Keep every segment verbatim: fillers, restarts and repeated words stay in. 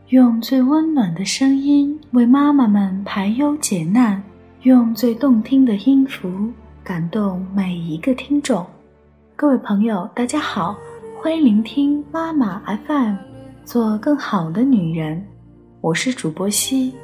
用最温暖的声音为妈妈们排忧解难，用最动听的音符感动每一个听众。各位朋友大家好，欢迎聆听妈妈 F M， 做更好的女人，我是主播西。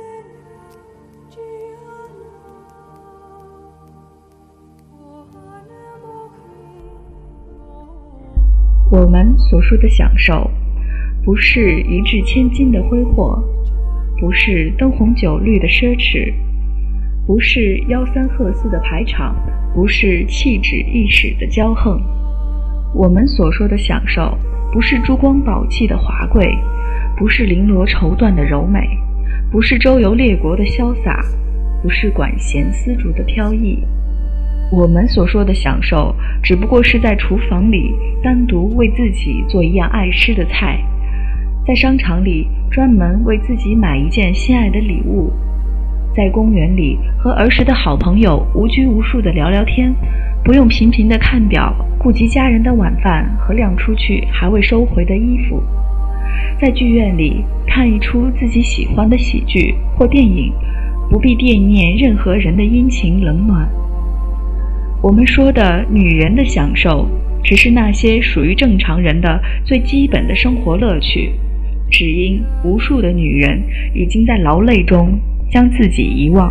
我们所说的享受，不是一掷千金的挥霍，不是灯红酒绿的奢侈，不是吆三喝四的排场，不是气质一时的骄横。我们所说的享受，不是珠光宝气的华贵，不是绫罗绸缎的柔美，不是周游列国的潇洒，不是管弦丝竹的飘逸。我们所说的享受，只不过是在厨房里单独为自己做一样爱吃的菜，在商场里专门为自己买一件心爱的礼物，在公园里和儿时的好朋友无拘无束地聊聊天，不用频频地看表，顾及家人的晚饭和晾出去还未收回的衣服，在剧院里看一出自己喜欢的喜剧或电影，不必惦念任何人的阴晴冷暖。我们说的女人的享受，只是那些属于正常人的最基本的生活乐趣，只因无数的女人已经在劳累中将自己遗忘。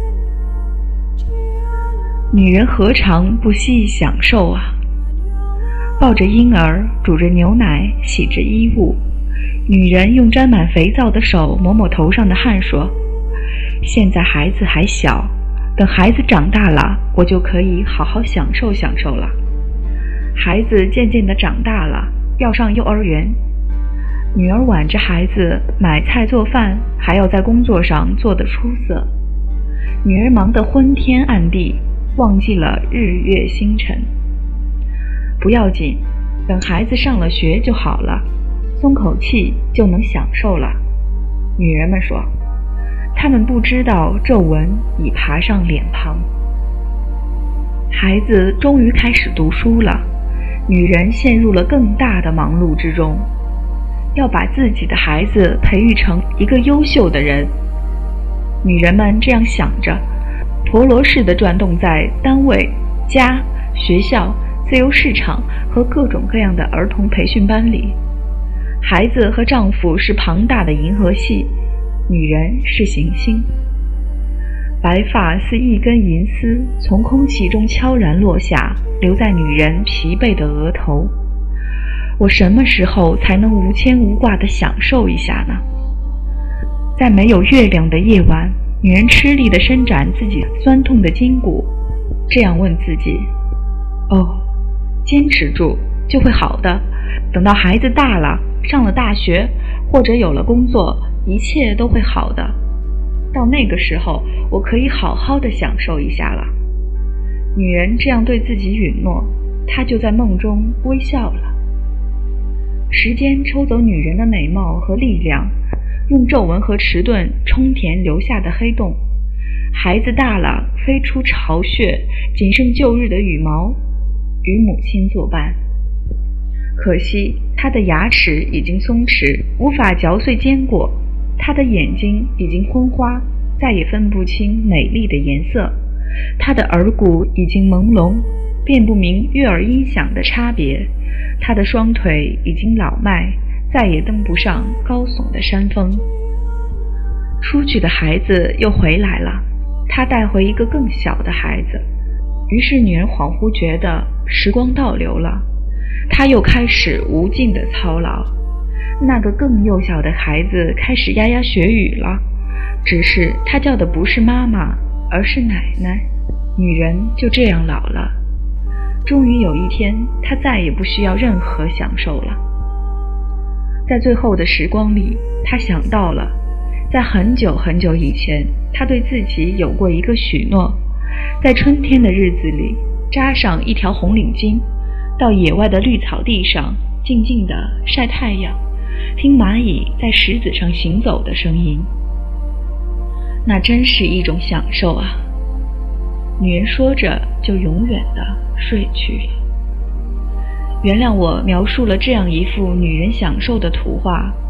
女人何尝不惜享受啊？抱着婴儿，煮着牛奶，洗着衣物，女人用沾满肥皂的手抹抹头上的汗，说：现在孩子还小，等孩子长大了，我就可以好好享受享受了。孩子渐渐地长大了，要上幼儿园，女儿挽着孩子买菜做饭，还要在工作上做得出色。女儿忙得昏天暗地，忘记了日月星辰。不要紧，等孩子上了学就好了，松口气就能享受了。女人们说，他们不知道皱纹已爬上脸庞。孩子终于开始读书了，女人陷入了更大的忙碌之中，要把自己的孩子培育成一个优秀的人。女人们这样想着，陀螺似的转动在单位、家、学校、自由市场和各种各样的儿童培训班里。孩子和丈夫是庞大的银河系，女人是行星。白发似一根银丝从空气中悄然落下，留在女人疲惫的额头。我什么时候才能无牵无挂地享受一下呢？在没有月亮的夜晚，女人吃力地伸展自己酸痛的筋骨，这样问自己：哦，坚持住就会好的，等到孩子大了，上了大学，或者有了工作，一切都会好的。到那个时候，我可以好好的享受一下了。女人这样对自己允诺，她就在梦中微笑了。时间抽走女人的美貌和力量，用皱纹和迟钝充填留下的黑洞。孩子大了，飞出巢穴，仅剩旧日的羽毛，与母亲作伴。可惜她的牙齿已经松弛，无法嚼碎坚果，她的眼睛已经昏花，再也分不清美丽的颜色，她的耳骨已经朦胧，辨不明悦耳音响的差别，她的双腿已经老迈，再也登不上高耸的山峰。出去的孩子又回来了，他带回一个更小的孩子，于是女人恍惚觉得时光倒流了，她又开始无尽的操劳。那个更幼小的孩子开始牙牙学语了，只是他叫的不是妈妈，而是奶奶。女人就这样老了，终于有一天，她再也不需要任何享受了。在最后的时光里，她想到了，在很久很久以前，她对自己有过一个许诺，在春天的日子里，扎上一条红领巾，到野外的绿草地上，静静地晒太阳，听蚂蚁在石子上行走的声音。那真是一种享受啊！女人说着，就永远地睡去了。原谅我描述了这样一幅女人享受的图画，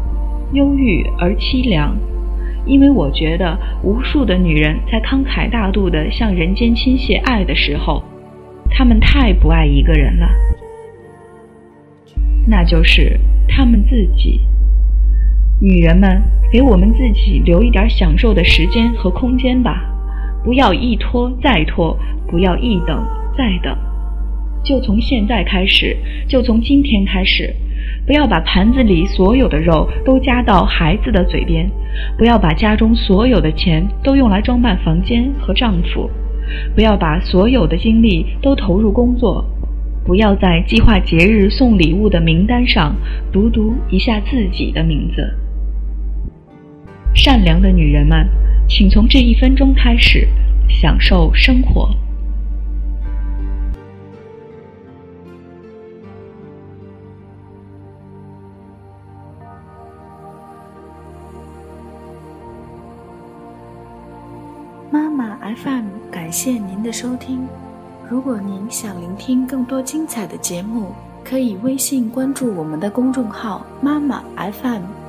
忧郁而凄凉，因为我觉得无数的女人在慷慨大度地向人间倾泻爱的时候，她们太不爱一个人了，那就是她们自己。女人们，给我们自己留一点享受的时间和空间吧，不要一拖再拖，不要一等再等。就从现在开始，就从今天开始，不要把盘子里所有的肉都夹到孩子的嘴边，不要把家中所有的钱都用来装扮房间和丈夫，不要把所有的精力都投入工作，不要在计划节日送礼物的名单上读读一下自己的名字。善良的女人们，请从这一分钟开始享受生活。 妈妈 F M 感谢您的收听。如果您想聆听更多精彩的节目，可以微信关注我们的公众号妈妈 F M。